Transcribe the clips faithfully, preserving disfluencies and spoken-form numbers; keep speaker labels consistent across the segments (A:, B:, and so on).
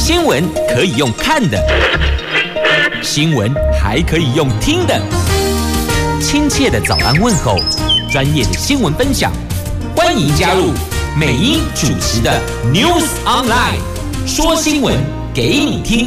A: 新闻可以用看的，新闻还可以用听的。亲切的早安问候，专业的新闻分享，欢迎加入美英主持的 News Online， 说新闻给你听。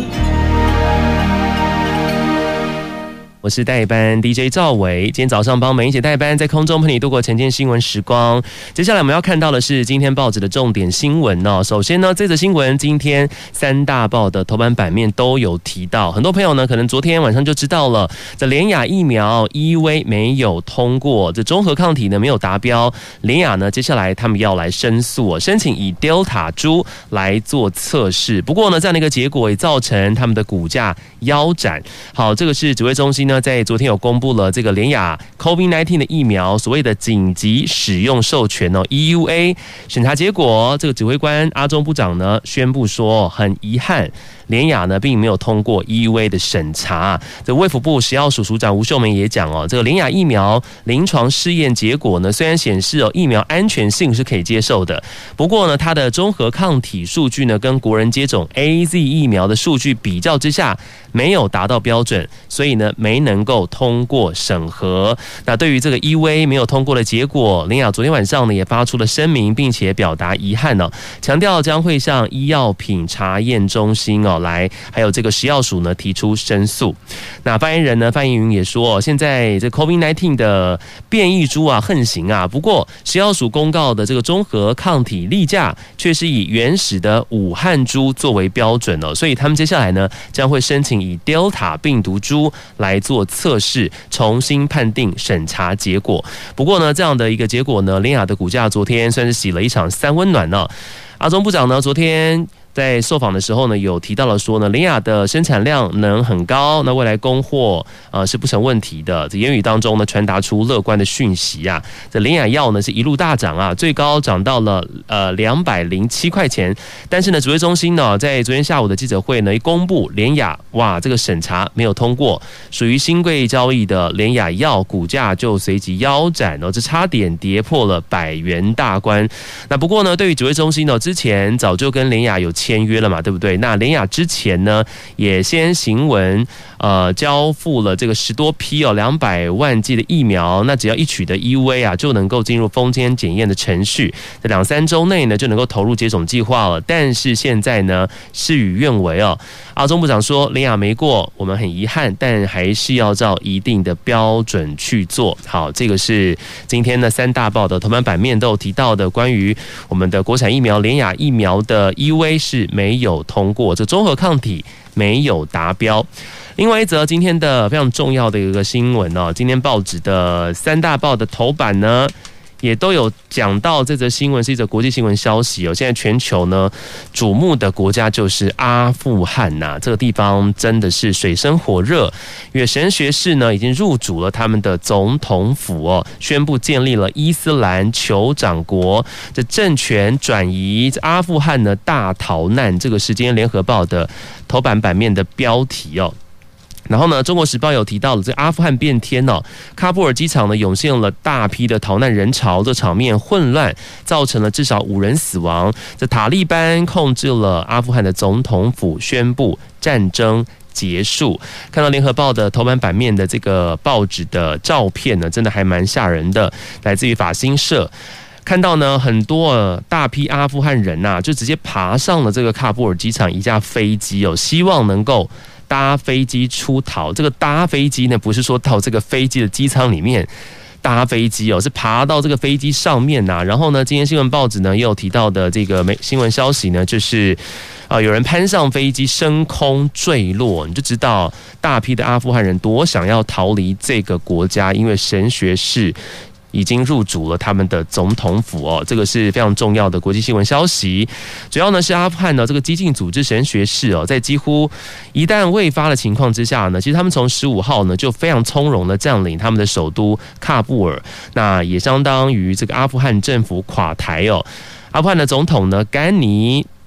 B: 我是代班 D J 赵伟，今天早上帮美英姐代班，在空中陪你度过晨间新闻时光。接下来我们要看到的是今天报纸的重点新闻哦。首先呢，这则新闻今天三大报的头版版面都有提到，很多朋友呢可能昨天晚上就知道了，这联亚疫苗 E V 没有通过，这综合抗体呢没有达标，联亚呢接下来他们要来申诉、哦，申请以 Delta 株来做测试。不过呢，这样的一个结果也造成他们的股价腰斩。好，这个是指挥中心呢在昨天有公布了这个联亚 COVID 十九 的疫苗所谓的紧急使用授权哦 E U A 审查结果，这个指挥官阿中部长呢宣布说，很遗憾，联亚呢并没有通过 E U A 的审查。这卫福部食药署署长吴秀梅也讲哦，这个联亚疫苗临床试验结果呢，虽然显示哦疫苗安全性是可以接受的，不过呢它的综合抗体数据呢跟国人接种 A Z 疫苗的数据比较之下没有达到标准，所以呢没能够通过审核。那对于这个 E U A 没有通过的结果，联亚昨天晚上呢也发出了声明，并且表达遗憾哦，强调将会向医药品查验中心哦来，还有这个食药署呢提出申诉。那发言人呢范宜云也说，现在这 COVID 十九 的变异株啊横行啊，不过食药署公告的这个综合抗体例价却是以原始的武汉株作为标准哦，所以他们接下来呢将会申请以 Delta 病毒株来做测试，重新判定审查结果。不过呢，这样的一个结果呢，联亚的股价昨天算是洗了一场三温暖呢。阿中部长呢昨天在受访的时候呢，有提到了说呢，联亚的生产量能很高，那未来供货呃是不成问题的。这言语当中呢，传达出乐观的讯息啊。这联亚药呢是一路大涨啊，最高涨到了呃两百零七块钱。但是呢，指挥中心呢在昨天下午的记者会呢一公布，联亚哇这个审查没有通过，属于新贵交易的联亚药股价就随即腰斩哦，这差点跌破了百元大关。那不过呢，对于指挥中心呢，之前早就跟联亚有签约了嘛，对不对？那联亚之前呢，也先行文呃交付了这个十多批哦两百万剂的疫苗，那只要一取得 E U A 啊，就能够进入封签检验的程序，在两三周内呢就能够投入接种计划了。但是现在呢事与愿违哦，阿中部长说联亚没过，我们很遗憾，但还是要照一定的标准去做。好，这个是今天的三大报的头版版面都有提到的关于我们的国产疫苗联亚疫苗的 E U A 是没有通过，这综合抗体没有达标。另外一则今天的非常重要的一个新闻哦，今天报纸的三大报的头版呢也都有讲到这则新闻，是一则国际新闻消息哦。现在全球呢瞩目的国家就是阿富汗呐、啊，这个地方真的是水深火热，因为神学士呢已经入主了他们的总统府哦，宣布建立了伊斯兰酋长国，这政权转移，这阿富汗呢大逃难，这个是今天联合报的头版版面的标题哦。然后呢，中国时报有提到了这阿富汗变天哦，喀布尔机场呢涌现了大批的逃难人潮，这场面混乱，造成了至少五人死亡。这塔利班控制了阿富汗的总统府，宣布战争结束。看到联合报的头版版面的这个报纸的照片呢，真的还蛮吓人的，来自于法新社。看到呢，很多、呃、大批阿富汗人呐、啊，就直接爬上了这个喀布尔机场一架飞机哦，希望能够搭飞机出逃。这个搭飞机呢，不是说到这个飞机的机舱里面搭飞机哦，是爬到这个飞机上面呐、啊。然后呢，今天新闻报纸呢也有提到的这个新闻消息呢，就是啊、呃，有人攀上飞机升空坠落，你就知道大批的阿富汗人多想要逃离这个国家，因为神学士已经入主了他们的总统府哦，这个是非常重要的国际新闻消息。主要呢是阿富汗的这个激进组织神学士哦，在几乎一旦未发的情况之下呢，其实他们从十五号呢就非常从容的占领他们的首都喀布尔，那也相当于这个阿富汗政府垮台哦。阿富汗的总统呢甘尼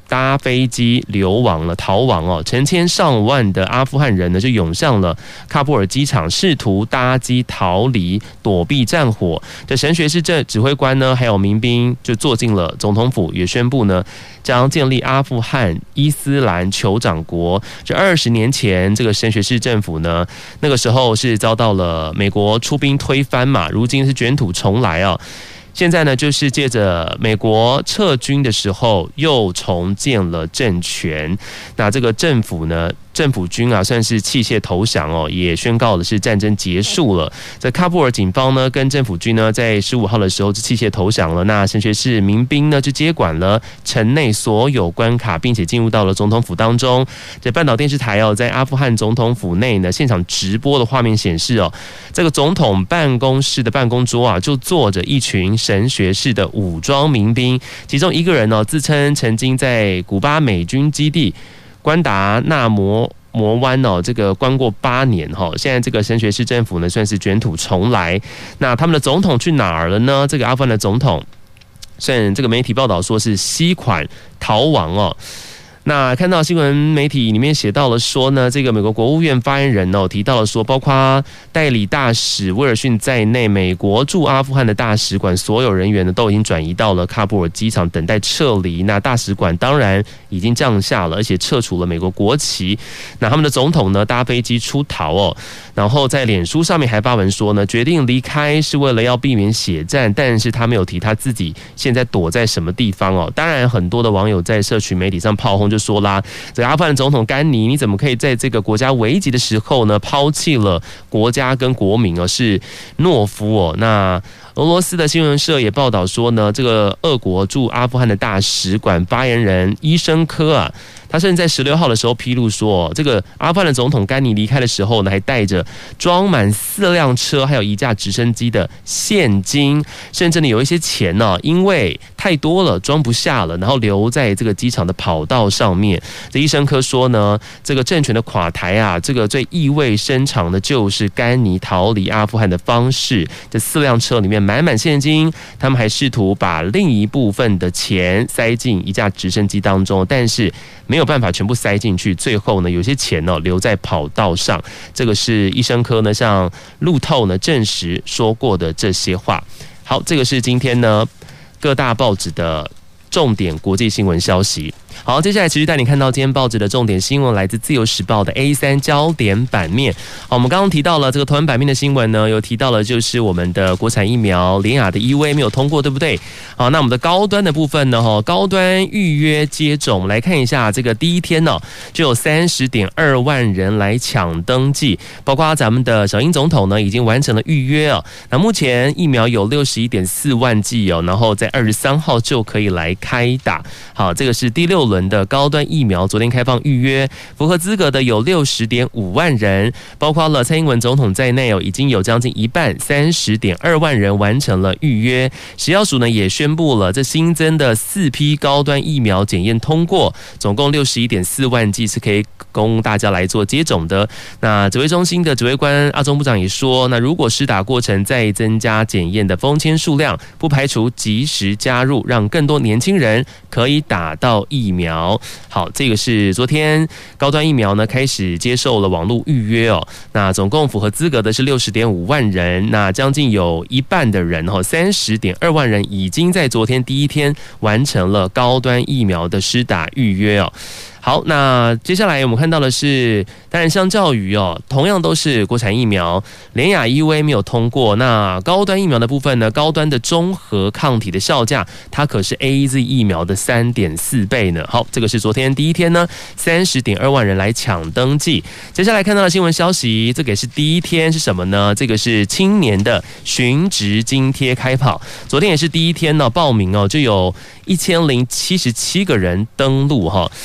B: 搭飞机流亡了，逃亡哦，成千上万的阿富汗人呢就涌向了喀布尔机场，试图搭机逃离，躲避战火。这神学士这指挥官呢，还有民兵就坐进了总统府，也宣布呢将建立阿富汗伊斯兰酋长国。这二十年前，这个神学士政府呢，那个时候是遭到了美国出兵推翻嘛，如今是卷土重来啊。现在呢，就是借着美国撤军的时候，又重建了政权。那这个政府呢，政府军啊，算是弃械投降哦，也宣告的是战争结束了。在喀布尔警方呢，跟政府军呢，在十五号的时候就弃械投降了。那神学士民兵呢，就接管了城内所有关卡，并且进入到了总统府当中。这半岛电视台哦，在阿富汗总统府内呢，现场直播的画面显示哦，这个总统办公室的办公桌啊，就坐着一群神学士的武装民兵，其中一个人呢，自称曾经在古巴美军基地关达纳摩摩湾哦，这个关过八年哈，现在这个神学士政府呢，算是卷土重来。那他们的总统去哪儿了呢？这个阿富汗的总统，虽然这个媒体报道说是吸款逃亡哦。那看到新闻媒体里面写到了说呢，这个美国国务院发言人哦提到了说，包括代理大使威尔逊在内，美国驻阿富汗的大使馆所有人员呢都已经转移到了喀布尔机场等待撤离。那大使馆当然已经降下了，而且撤除了美国国旗。那他们的总统呢搭飞机出逃哦，然后在脸书上面还发文说呢，决定离开是为了要避免血战，但是他没有提他自己现在躲在什么地方哦。当然，很多的网友在社群媒体上炮轰，就说啦，这个阿富汗总统甘尼，你怎么可以在这个国家危急的时候呢，抛弃了国家跟国民哦，是懦夫哦。那俄罗斯的新闻社也报道说呢，这个俄国驻阿富汗的大使馆发言人伊申科啊，他甚至在十六号的时候披露说，这个阿富汗的总统甘尼离开的时候呢，还带着装满四辆车还有一架直升机的现金，甚至呢有一些钱呢、哦，因为太多了装不下了，然后留在这个机场的跑道上面。这伊申科说呢，这个政权的垮台啊，这个最意味深长的就是甘尼逃离阿富汗的方式。这四辆车里面满满现金，他们还试图把另一部分的钱塞进一架直升机当中，但是没有办法全部塞进去，最后呢有些钱呢、哦、留在跑道上。这个是伊申科呢向路透呢证实说过的这些话。好，这个是今天呢各大报纸的重点国际新闻消息。好，接下来持续带你看到今天报纸的重点新闻，来自自由时报的 A 三 焦点版面。好，我们刚刚提到了这个头版版面的新闻呢，有提到了就是我们的国产疫苗联雅的 E U A 没有通过，对不对？好，那我们的高端的部分呢，哈，高端预约接种，来看一下这个第一天呢、哦，就有 三十点二万人来抢登记，包括咱们的小英总统呢已经完成了预约哦。那目前疫苗有 六十一点四万剂哦，然后在二十三号就可以来开打。好，这个是第六轮的高端疫苗，昨天开放预约，符合资格的有 六十点五万人，包括了蔡英文总统在内哦，已经有将近一半 三十点二万人完成了预约。食药署呢也宣布了，这新增的四批高端疫苗检验通过，总共 六十一点四万剂是可以供大家来做接种的。那指挥中心的指挥官阿中部长也说，那如果施打过程再增加检验的封签数量，不排除及时加入，让更多年轻人可以打到疫苗。好，这个是昨天高端疫苗呢开始接受了网络预约哦。那总共符合资格的是 六十点五万人，那将近有一半的人哦 ，三十点二万人已经在昨天第一天完成了高端疫苗的施打预约哦。好，那接下来我们看到的是，当然相较于哦，同样都是国产疫苗，联雅 E U A 没有通过。那高端疫苗的部分呢，高端的中和抗体的效价，它可是 A Z 疫苗的 三点四倍呢。好，这个是昨天第一天呢 三十点二万人来抢登记。接下来看到的新闻消息，这个也是第一天是什么呢？这个是青年的寻职津贴开跑，昨天也是第一天呢，报名哦，就有一千零七十七个人登录哈。那一天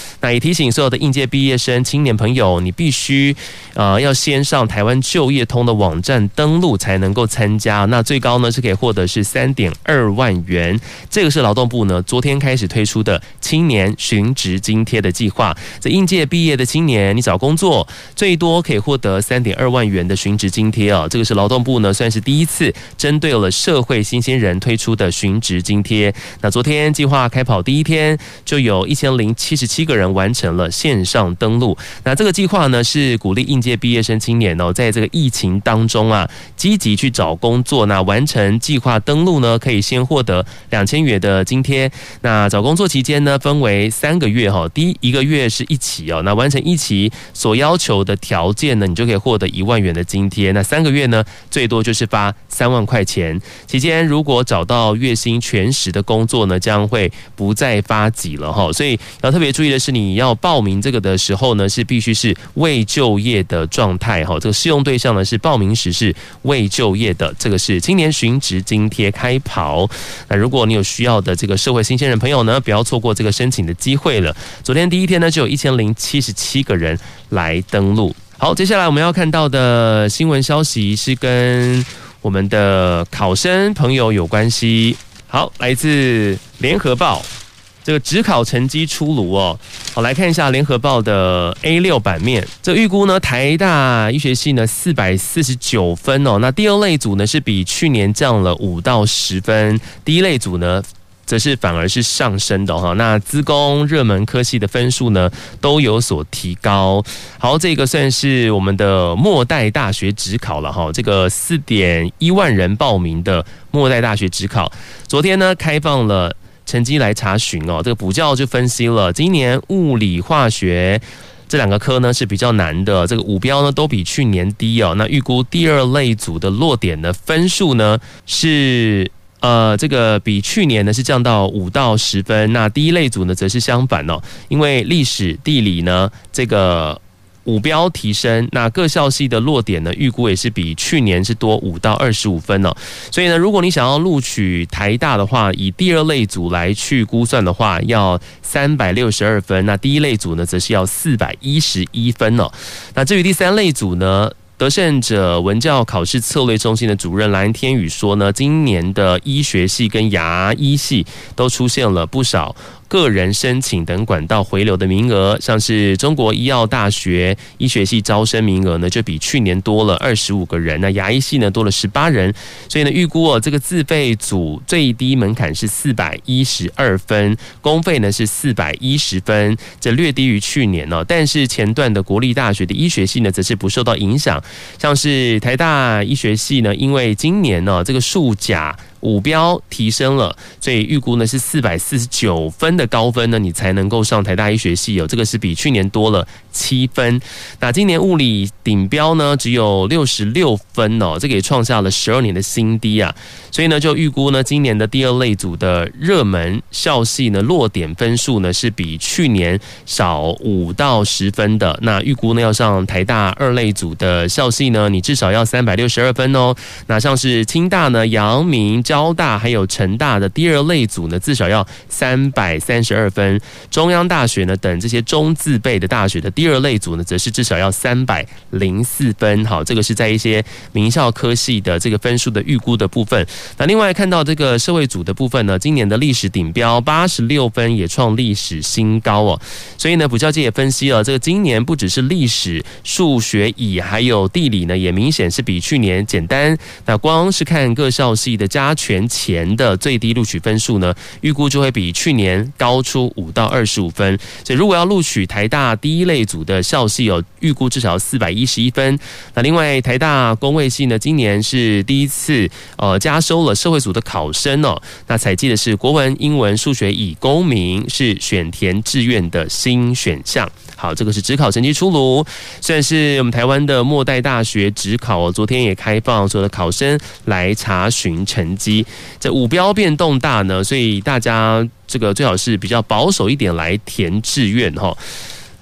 B: 提醒所有的应届毕业生、青年朋友，你必须呃要先上台湾就业通的网站登录才能够参加。那最高呢是可以获得是三点二万元。这个是劳动部呢昨天开始推出的青年寻职津贴的计划。这应届毕业的青年，你找工作最多可以获得三点二万元的寻职津贴哦。这个是劳动部呢算是第一次针对了社会新鲜人推出的寻职津贴。那昨天计划开跑第一天，就有一千零七十七个人完成了线上登录。那这个计划呢是鼓励应届毕业生青年哦，在这个疫情当中啊，积极去找工作。那完成计划登录呢，可以先获得两千元的津贴。那找工作期间呢，分为三个月哈，第一个月是一期哦，那完成一期所要求的条件呢，你就可以获得一万元的津贴。那三个月呢，最多就是发三万块钱。期间如果找到月薪全时的工作呢，将会不再发给了哈。所以要特别注意的是，你要报名这个的时候呢，是必须是未就业的状态哈。这个适用对象呢是报名时是未就业的，这个是青年寻职津贴开跑。那如果你有需要的这个社会新鲜人朋友呢，不要错过这个申请的机会了。昨天第一天呢，就有一千零七十七个人来登录。好，接下来我们要看到的新闻消息是跟我们的考生朋友有关系。好，来自联合报。这个指考成绩出炉哦，好，来看一下联合报的 A 六 版面。这预估呢，台大医学系呢四百四十九分哦，那第二类组呢是比去年降了五到十分，第一类组呢则是反而是上升的哈。那资工热门科系的分数呢都有所提高。好，这个算是我们的末代大学指考了哈。这个四点一万人报名的末代大学指考，昨天呢开放了成绩来查询哦。这个补教就分析了，今年物理化学这两个科呢是比较难的，这个五标呢都比去年低哦。那预估第二类组的落点的分数呢是呃这个比去年呢是降到五到十分，那第一类组呢则是相反哦，因为历史地理呢这个五标提升，那各校系的落点呢，预估也是比去年是多五到二十五分哦。所以呢，如果你想要录取台大的话，以第二类组来去估算的话，要三百六十二分，那第一类组呢，则是要四百一十一分哦。那至于第三类组呢，得胜者文教考试策略中心的主任蓝天宇说呢，今年的医学系跟牙医系都出现了不少个人申请等管道回流的名额，像是中国医药大学医学系招生名额呢，就比去年多了二十五个人，那牙医系呢多了十八人，所以呢，预估哦，这个自费组最低门槛是四百一十二分，公费呢是四百一十分，这略低于去年哦。但是前段的国立大学的医学系呢，则是不受到影响，像是台大医学系呢，因为今年呢、哦、这个数甲五标提升了，所以预估呢是四百四十九分的高分呢，你才能够上台大医学系哦，这个是比去年多了七分。那今年物理顶标呢只有六十六分哦，这个也创下了十二年的新低啊。所以呢，就预估呢，今年的第二类组的热门校系呢，落点分数呢是比去年少五到十分的。那预估呢，要上台大二类组的校系呢，你至少要三百六十二分哦。那像是清大呢、阳明、交大还有成大的第二类组呢，至少要三百三十二分。中央大学呢等这些中字辈的大学的第二类组呢，则是至少要三百零四分。好，这个是在一些名校科系的这个分数的预估的部分。那另外看到这个社会组的部分呢，今年的历史顶标八十六分，也创历史新高哦。所以呢，补教界也分析了，这个今年不只是历史、数学乙还有地理呢，也明显是比去年简单。那光是看各校系的加权前的最低录取分数呢，预估就会比去年高出五到二十五分。所以如果要录取台大第一类组的校系哦，预估至少四百一十一分。那另外台大公卫系呢，今年是第一次呃加收了社会组的考生哦。那采集的是国文、英文、数学乙、公民是选填志愿的新选项。好，这个是指考成绩出炉，虽然是我们台湾的末代大学指考哦，昨天也开放所有的考生来查询成绩。这五标变动大呢，所以大家这个最好是比较保守一点来填志愿哈。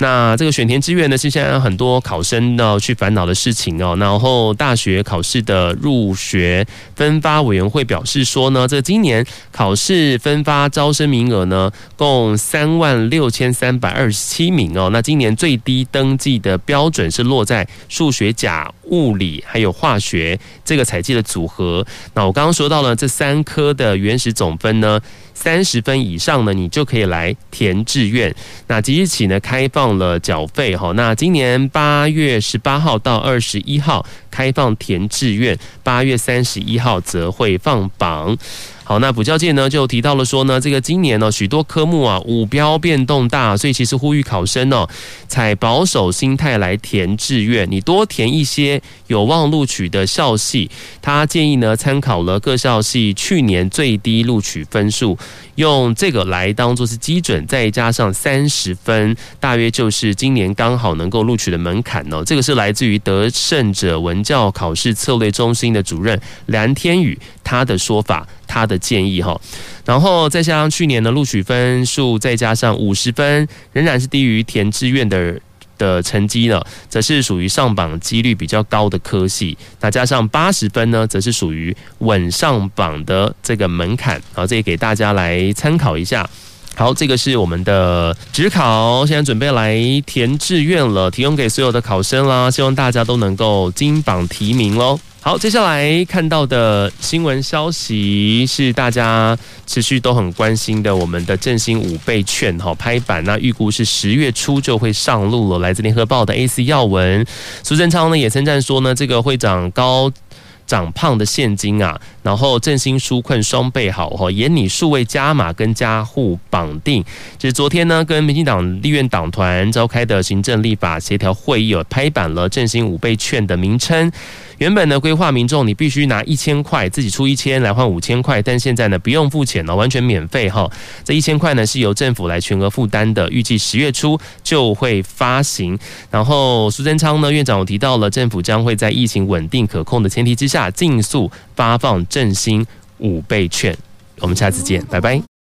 B: 那这个选填志愿呢，是现在很多考生呢去烦恼的事情哦。然后大学考试的入学分发委员会表示说呢，这今年考试分发招生名额呢，共三万六千三百二十七名哦。那今年最低登记的标准是落在数学甲、物理还有化学这个采计的组合。那我刚刚说到了这三科的原始总分呢，三十分以上呢，你就可以来填志愿。那即日起呢，开放了缴费哈。那今年八月十八号到二十一号开放填志愿，八月三十一号则会放榜。好，那补教界呢就提到了说呢，这个今年呢许多科目啊五标变动大，所以其实呼吁考生哦采保守心态来填志愿，你多填一些有望录取的校系。他建议呢参考了各校系去年最低录取分数，用这个来当作是基准，再加上三十分，大约就是今年刚好能够录取的门槛哦。这个是来自于得胜者文教考试策略中心的主任蓝天宇他的说法。他的建议哈，然后再加上去年的录取分数，再加上五十分，仍然是低于填志愿的的成绩呢，则是属于上榜几率比较高的科系。那加上八十分呢，则是属于稳上榜的这个门槛。好，这也给大家来参考一下。好，这个是我们的指考，现在准备来填志愿了，提供给所有的考生啦，希望大家都能够金榜题名咯。好，接下来看到的新闻消息是大家持续都很关心的，我们的振兴五倍券哈拍板，那预估是十月初就会上路了。来自联合报的 A 四 要闻，苏贞昌呢也称赞说呢，这个会长高长胖的现金啊，然后振兴纾困双倍好哈，严拟数位加码跟家户绑定。这是昨天呢跟民进党立院党团召开的行政立法协调会议，有拍板了振兴五倍券的名称。原本呢规划民众你必须拿一千块自己出一千来换五千块，但现在呢不用付钱了，完全免费哈。这一千块呢是由政府来全额负担的，预计十月初就会发行。然后苏贞昌呢院长有提到了，政府将会在疫情稳定可控的前提之下，尽速发放振兴五倍券。我们下次见，拜拜。